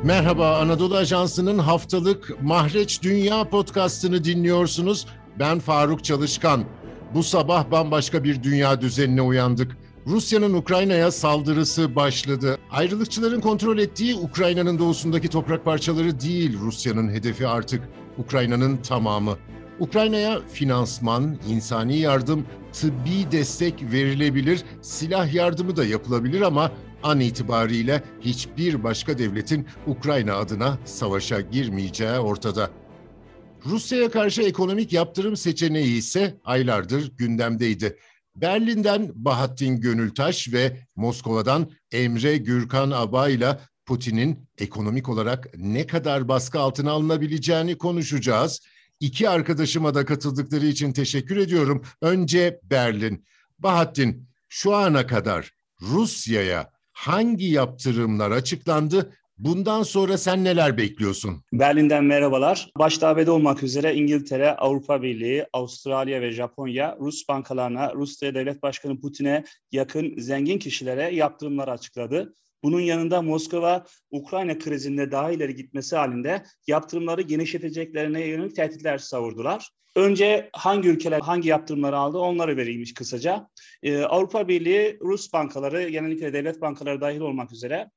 Merhaba, Anadolu Ajansı'nın haftalık Mahreç Dünya podcastını dinliyorsunuz. Ben Faruk Çalışkan. Bu sabah bambaşka bir dünya düzenine uyandık. Rusya'nın Ukrayna'ya saldırısı başladı. Ayrılıkçıların kontrol ettiği Ukrayna'nın doğusundaki toprak parçaları değil Rusya'nın hedefi artık Ukrayna'nın tamamı. Ukrayna'ya finansman, insani yardım, tıbbi destek verilebilir, silah yardımı da yapılabilir ama an itibariyle hiçbir başka devletin Ukrayna adına savaşa girmeyeceği ortada. Rusya'ya karşı ekonomik yaptırım seçeneği ise aylardır gündemdeydi. Berlin'den Bahattin Gönültaş ve Moskova'dan Emre Gürkan Aba ile Putin'in ekonomik olarak ne kadar baskı altına alınabileceğini konuşacağız. İki arkadaşıma da katıldıkları için teşekkür ediyorum. Önce Berlin. Bahattin, şu ana kadar Rusya'ya hangi yaptırımlar açıklandı? Bundan sonra sen neler bekliyorsun? Berlin'den merhabalar. Başta ABD olmak üzere İngiltere, Avrupa Birliği, Avustralya ve Japonya, Rus bankalarına, Rusya Devlet Başkanı Putin'e yakın zengin kişilere yaptırımlar açıkladı. Bunun yanında Moskova, Ukrayna krizinde daha ileri gitmesi halinde yaptırımları genişleteceklerine yönelik tehditler savurdular. Önce hangi ülkeler hangi yaptırımları aldı onları vereyim kısaca. Avrupa Birliği, Rus bankaları, genellikle devlet bankaları dahil olmak üzere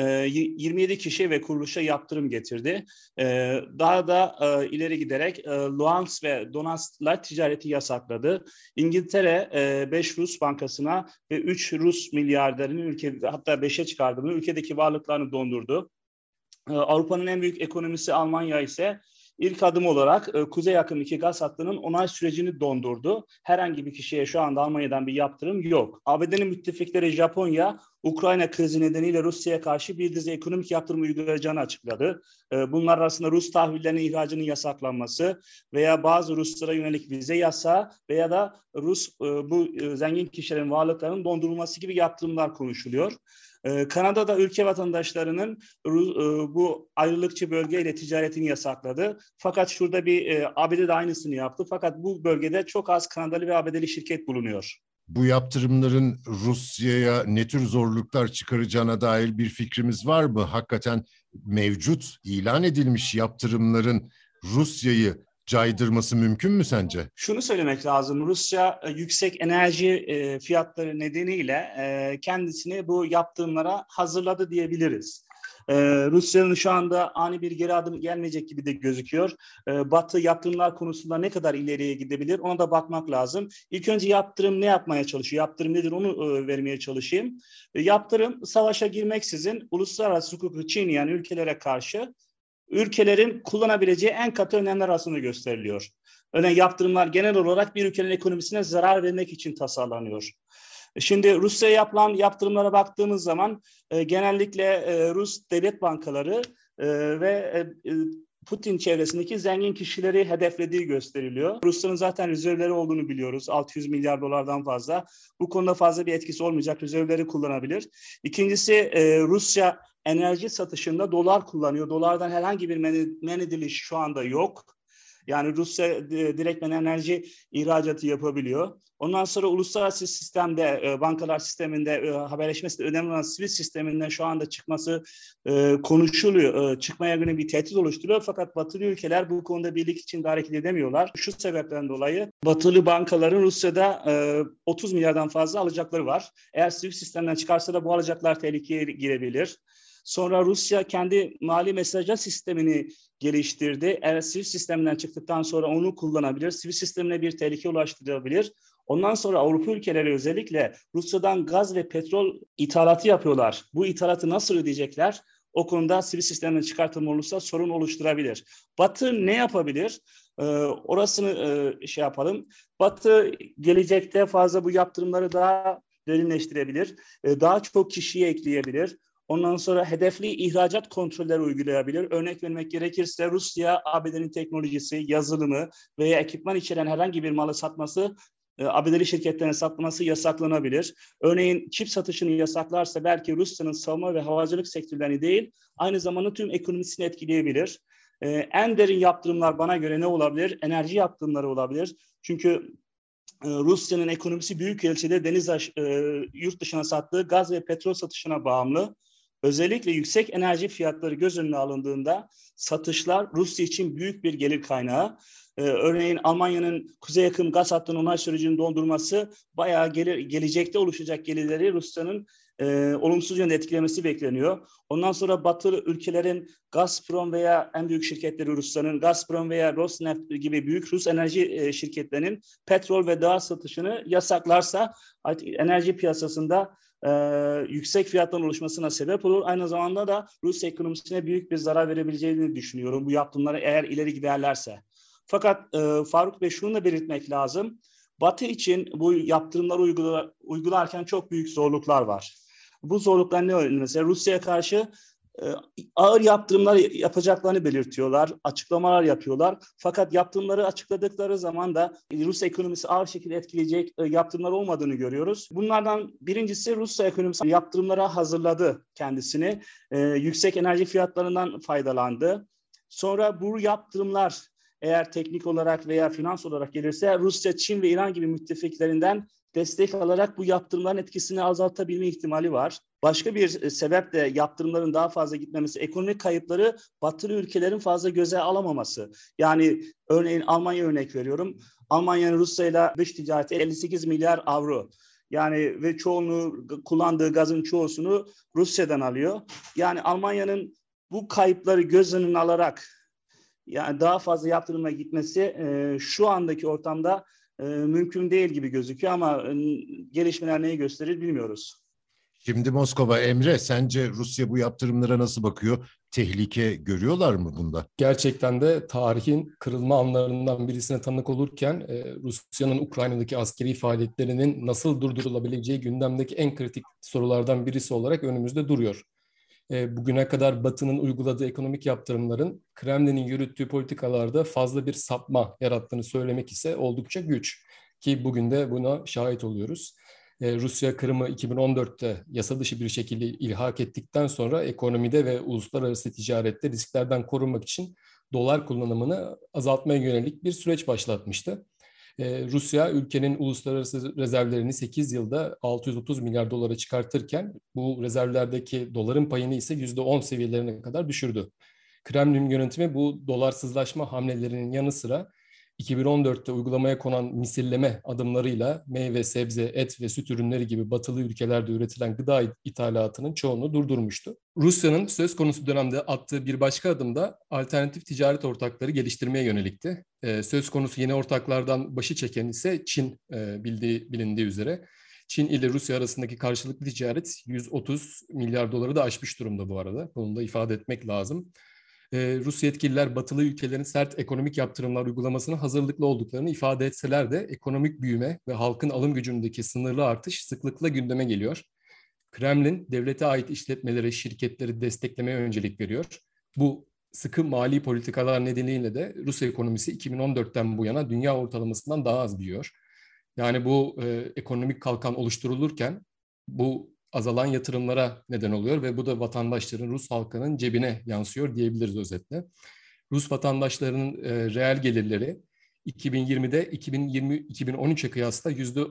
27 kişi ve kuruluşa yaptırım getirdi. Daha da ileri giderek Luhansk ve Donetsk'la ticareti yasakladı. İngiltere 5 Rus bankasına ve 3 Rus milyarderin ülkede, hatta 5'e çıkardığını ülkedeki varlıklarını dondurdu. Avrupa'nın en büyük ekonomisi Almanya ise İlk adım olarak kuzey akımdaki gaz hattının onay sürecini dondurdu. Herhangi bir kişiye şu anda Almanya'dan bir yaptırım yok. ABD'nin müttefikleri Japonya, Ukrayna krizi nedeniyle Rusya'ya karşı bir dizi ekonomik yaptırım uygulayacağını açıkladı. Bunlar arasında Rus tahvillerinin ihracının yasaklanması veya bazı Ruslara yönelik vize yasağı veya da bu zengin kişilerin varlıklarının dondurulması gibi yaptırımlar konuşuluyor. Kanada'da ülke vatandaşlarının bu ayrılıkçı bölgeyle ticaretini yasakladı. Fakat şurada ABD de aynısını yaptı. Fakat bu bölgede çok az Kanadalı ve ABD'li şirket bulunuyor. Bu yaptırımların Rusya'ya ne tür zorluklar çıkaracağına dair bir fikrimiz var mı? Hakikaten mevcut ilan edilmiş yaptırımların Rusya'yı caydırması mümkün mü sence? Şunu söylemek lazım. Rusya yüksek enerji fiyatları nedeniyle kendisini bu yaptırımlara hazırladı diyebiliriz. Rusya'nın şu anda ani bir geri adım gelmeyecek gibi de gözüküyor. Batı yaptırımlar konusunda ne kadar ileriye gidebilir ona da bakmak lazım. İlk önce yaptırım ne yapmaya çalışıyor? Yaptırım nedir onu vermeye çalışayım. Yaptırım savaşa girmeksizin uluslararası hukuku çiğneyen ülkelere karşı ülkelerin kullanabileceği en katı önlemler arasında gösteriliyor. Örneğin yaptırımlar genel olarak bir ülkenin ekonomisine zarar vermek için tasarlanıyor. Şimdi Rusya'ya yapılan yaptırımlara baktığımız zaman genellikle Rus devlet bankaları ve Putin çevresindeki zengin kişileri hedeflediği gösteriliyor. Rusya'nın zaten rezervleri olduğunu biliyoruz. 600 milyar dolardan fazla. Bu konuda fazla bir etkisi olmayacak. Rezervleri kullanabilir. İkincisi Rusya enerji satışında dolar kullanıyor. Dolardan herhangi bir men ediliş şu anda yok. Yani Rusya direktmen enerji ihracatı yapabiliyor. Ondan sonra uluslararası sistemde, bankalar sisteminde, haberleşmesi de önemli olan SWIFT sisteminden şu anda çıkması konuşuluyor. Çıkmaya yönelik bir tehdit oluşturuyor. Fakat batılı ülkeler bu konuda birlik içinde hareket edemiyorlar. Şu sebepten dolayı batılı bankaların Rusya'da 30 milyardan fazla alacakları var. Eğer SWIFT sistemden çıkarsa da bu alacaklar tehlikeye girebilir. Sonra Rusya kendi mali mesajlar sistemini geliştirdi. Eğer SWIFT sisteminden çıktıktan sonra onu kullanabilir. SWIFT sistemine bir tehlike ulaştırabilir. Ondan sonra Avrupa ülkeleri özellikle Rusya'dan gaz ve petrol ithalatı yapıyorlar. Bu ithalatı nasıl ödeyecekler? O konuda SWIFT sisteminden çıkartılma olursa sorun oluşturabilir. Batı ne yapabilir? Orasını yapalım. Batı gelecekte fazla bu yaptırımları daha derinleştirebilir. Daha çok kişiye ekleyebilir. Ondan sonra hedefli ihracat kontrolleri uygulayabilir. Örnek vermek gerekirse Rusya, ABD'nin teknolojisi, yazılımı veya ekipman içeren herhangi bir malı satması, ABD'li şirketlerine satması yasaklanabilir. Örneğin çip satışını yasaklarsa belki Rusya'nın savunma ve havacılık sektörlerini değil, aynı zamanda tüm ekonomisini etkileyebilir. En derin yaptırımlar bana göre ne olabilir? Enerji yaptırımları olabilir. Çünkü Rusya'nın ekonomisi büyük ölçüde yurt dışına sattığı gaz ve petrol satışına bağımlı. Özellikle yüksek enerji fiyatları göz önüne alındığında satışlar Rusya için büyük bir gelir kaynağı. Örneğin Almanya'nın kuzey akım gaz hattının onay sürecini dondurması bayağı gelecekte oluşacak gelirleri Rusya'nın olumsuz yönde etkilemesi bekleniyor. Ondan sonra Batılı ülkelerin Gazprom veya en büyük şirketleri Rusya'nın Gazprom veya Rosneft gibi büyük Rus enerji şirketlerinin petrol ve gaz satışını yasaklarsa enerji piyasasında yüksek fiyatların oluşmasına sebep olur. Aynı zamanda da Rus ekonomisine büyük bir zarar verebileceğini düşünüyorum bu yaptırımları eğer ileri giderlerse. Fakat Faruk Bey şunu da belirtmek lazım. Batı için bu yaptırımları uygularken çok büyük zorluklar var. Bu zorluklar ne? Mesela Rusya'ya karşı ağır yaptırımlar yapacaklarını belirtiyorlar, açıklamalar yapıyorlar. Fakat yaptırımları açıkladıkları zaman da Rus ekonomisi ağır şekilde etkileyecek yaptırımlar olmadığını görüyoruz. Bunlardan birincisi Rusya ekonomisi yaptırımlara hazırladı kendisini. Yüksek enerji fiyatlarından faydalandı. Sonra bu yaptırımlar eğer teknik olarak veya finans olarak gelirse Rusya, Çin ve İran gibi müttefiklerinden destek alarak bu yaptırımların etkisini azaltabilme ihtimali var. Başka bir sebep de yaptırımların daha fazla gitmemesi, ekonomik kayıpları batılı ülkelerin fazla göze alamaması. Yani örneğin Almanya örnek veriyorum. Almanya'nın Rusya'yla dış ticareti 58 milyar avro. Yani ve çoğunluğu kullandığı gazın çoğusunu Rusya'dan alıyor. Yani Almanya'nın bu kayıpları göz önüne alarak yani daha fazla yaptırıma gitmesi şu andaki ortamda mümkün değil gibi gözüküyor ama gelişmeler neyi gösterir bilmiyoruz. Şimdi Moskova, Emre, sence Rusya bu yaptırımlara nasıl bakıyor? Tehlike görüyorlar mı bunda? Gerçekten de tarihin kırılma anlarından birisine tanık olurken Rusya'nın Ukrayna'daki askeri faaliyetlerinin nasıl durdurulabileceği gündemdeki en kritik sorulardan birisi olarak önümüzde duruyor. Bugüne kadar Batı'nın uyguladığı ekonomik yaptırımların Kremlin'in yürüttüğü politikalarda fazla bir sapma yarattığını söylemek ise oldukça güç. Ki bugün de buna şahit oluyoruz. Rusya Kırım'ı 2014'te yasa dışı bir şekilde ilhak ettikten sonra ekonomide ve uluslararası ticarette risklerden korunmak için dolar kullanımını azaltmaya yönelik bir süreç başlatmıştı. Rusya ülkenin uluslararası rezervlerini 8 yılda 630 milyar dolara çıkartırken bu rezervlerdeki doların payını ise %10 seviyelerine kadar düşürdü. Kremlin yönetimi bu dolarsızlaşma hamlelerinin yanı sıra 2014'te uygulamaya konan misilleme adımlarıyla meyve, sebze, et ve süt ürünleri gibi batılı ülkelerde üretilen gıda ithalatının çoğunu durdurmuştu. Rusya'nın söz konusu dönemde attığı bir başka adım da alternatif ticaret ortakları geliştirmeye yönelikti. Söz konusu yeni ortaklardan başı çeken ise Çin bilindiği üzere. Çin ile Rusya arasındaki karşılıklı ticaret 130 milyar doları da aşmış durumda bu arada. Bunu da ifade etmek lazım. Rus yetkililer batılı ülkelerin sert ekonomik yaptırımlar uygulamasına hazırlıklı olduklarını ifade etseler de ekonomik büyüme ve halkın alım gücündeki sınırlı artış sıklıkla gündeme geliyor. Kremlin devlete ait işletmeleri, şirketleri desteklemeye öncelik veriyor. Bu sıkı mali politikalar nedeniyle de Rus ekonomisi 2014'ten bu yana dünya ortalamasından daha az büyüyor. Yani bu ekonomik kalkan oluşturulurken bu azalan yatırımlara neden oluyor ve bu da vatandaşların, Rus halkının cebine yansıyor diyebiliriz özetle. Rus vatandaşlarının reel gelirleri 2020'de 2013'e kıyasla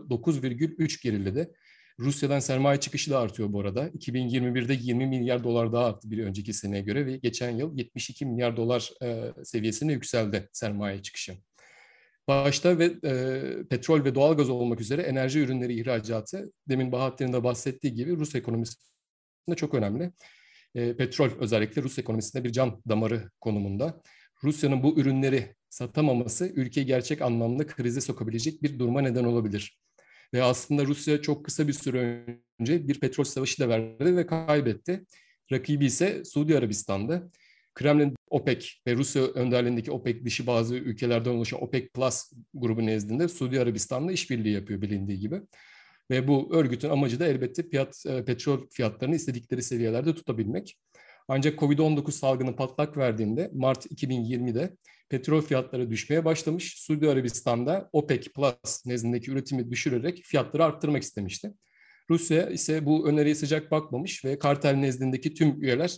%9,3 geriledi. Rusya'dan sermaye çıkışı da artıyor bu arada. 2021'de 20 milyar dolar daha arttı bir önceki seneye göre ve geçen yıl 72 milyar dolar seviyesine yükseldi sermaye çıkışı. Başta ve petrol ve doğalgaz olmak üzere enerji ürünleri ihracatı demin Bahattin'in de bahsettiği gibi Rus ekonomisinde çok önemli. Petrol özellikle Rus ekonomisinde bir can damarı konumunda. Rusya'nın bu ürünleri satamaması ülkeyi gerçek anlamda krize sokabilecek bir duruma neden olabilir. Ve aslında Rusya çok kısa bir süre önce bir petrol savaşı da verdi ve kaybetti. Rakibi ise Suudi Arabistan'dı. Kremlin, OPEC ve Rusya önderliğindeki OPEC dışı bazı ülkelerden oluşan OPEC Plus grubu nezdinde Suudi Arabistan'la işbirliği yapıyor bilindiği gibi. Ve bu örgütün amacı da elbette petrol fiyatlarını istedikleri seviyelerde tutabilmek. Ancak Covid-19 salgını patlak verdiğinde Mart 2020'de petrol fiyatları düşmeye başlamış. Suudi Arabistan'da OPEC Plus nezdindeki üretimi düşürerek fiyatları arttırmak istemişti. Rusya ise bu öneriye sıcak bakmamış ve kartel nezdindeki tüm üyeler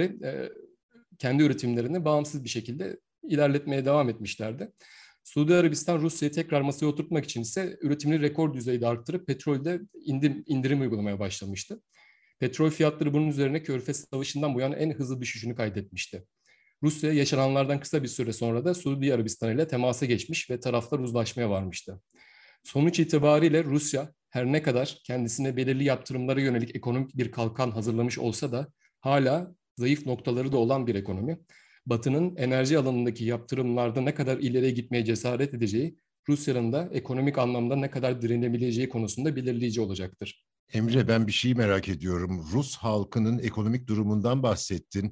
kendi üretimlerini bağımsız bir şekilde ilerletmeye devam etmişlerdi. Suudi Arabistan Rusya'yı tekrar masaya oturtmak için ise üretimini rekor düzeyde arttırıp petrolde indirim uygulamaya başlamıştı. Petrol fiyatları bunun üzerine Körfez Savaşı'ndan bu yana en hızlı düşüşünü kaydetmişti. Rusya yaşananlardan kısa bir süre sonra da Suudi Arabistan ile temasa geçmiş ve taraflar uzlaşmaya varmıştı. Sonuç itibariyle Rusya her ne kadar kendisine belirli yaptırımlara yönelik ekonomik bir kalkan hazırlamış olsa da hala zayıf noktaları da olan bir ekonomi. Batı'nın enerji alanındaki yaptırımlarda ne kadar ileriye gitmeye cesaret edeceği, Rusya'nın da ekonomik anlamda ne kadar direnebileceği konusunda belirleyici olacaktır. Emre, ben bir şeyi merak ediyorum. Rus halkının ekonomik durumundan bahsettin.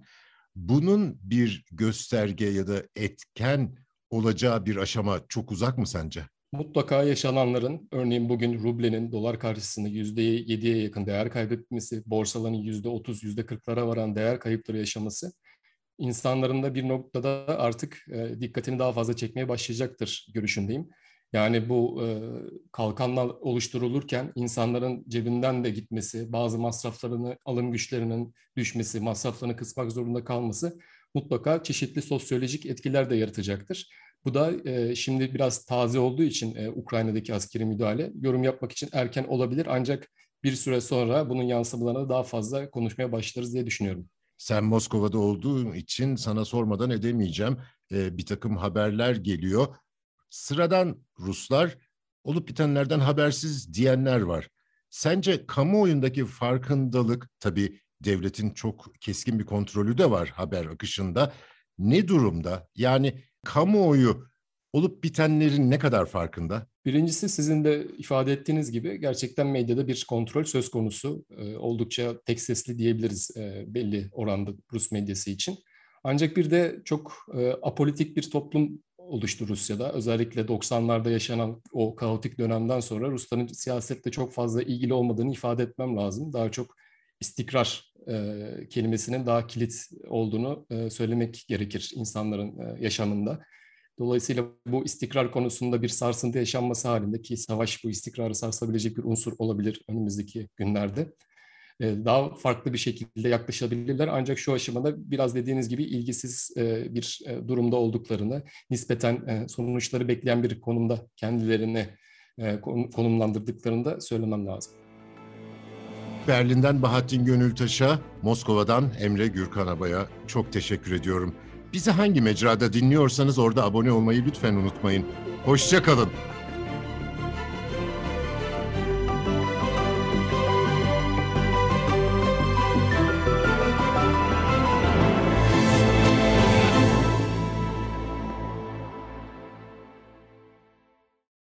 Bunun bir gösterge ya da etken olacağı bir aşama çok uzak mı sence? Mutlaka yaşananların, örneğin bugün rublenin dolar karşısında %7'ye yakın değer kaybetmesi, borsaların %30, %40'lara varan değer kayıpları yaşaması, insanların da bir noktada artık dikkatini daha fazla çekmeye başlayacaktır görüşündeyim. Yani bu kalkanlar oluşturulurken insanların cebinden de gitmesi, bazı masraflarını, alım güçlerinin düşmesi, masraflarını kısmak zorunda kalması mutlaka çeşitli sosyolojik etkiler de yaratacaktır. Bu da şimdi biraz taze olduğu için Ukrayna'daki askeri müdahale yorum yapmak için erken olabilir. Ancak bir süre sonra bunun yansımalarını daha fazla konuşmaya başlarız diye düşünüyorum. Sen Moskova'da olduğun için sana sormadan edemeyeceğim. Bir takım haberler geliyor. Sıradan Ruslar, olup bitenlerden habersiz diyenler var. Sence kamuoyundaki farkındalık, tabii devletin çok keskin bir kontrolü de var haber akışında, ne durumda? Yani kamuoyu olup bitenlerin ne kadar farkında? Birincisi, sizin de ifade ettiğiniz gibi gerçekten medyada bir kontrol söz konusu. Oldukça tek sesli diyebiliriz belli oranda Rus medyası için. Ancak bir de çok apolitik bir toplum oluştu Rusya'da. Özellikle 90'larda yaşanan o kaotik dönemden sonra Rusların siyasetle çok fazla ilgili olmadığını ifade etmem lazım. Daha çok istikrar kelimesinin daha kilit olduğunu söylemek gerekir insanların yaşamında. Dolayısıyla bu istikrar konusunda bir sarsıntı yaşanması halinde, ki savaş bu istikrarı sarsabilecek bir unsur olabilir önümüzdeki günlerde, daha farklı bir şekilde yaklaşabilirler. Ancak şu aşamada biraz dediğiniz gibi ilgisiz bir durumda olduklarını, nispeten sonuçları bekleyen bir konumda kendilerini konumlandırdıklarını da söylemem lazım. Berlin'den Bahattin Gönültaş'a, Moskova'dan Emre Gürkanabay'a çok teşekkür ediyorum. Bizi hangi mecrada dinliyorsanız orada abone olmayı lütfen unutmayın. Hoşça kalın.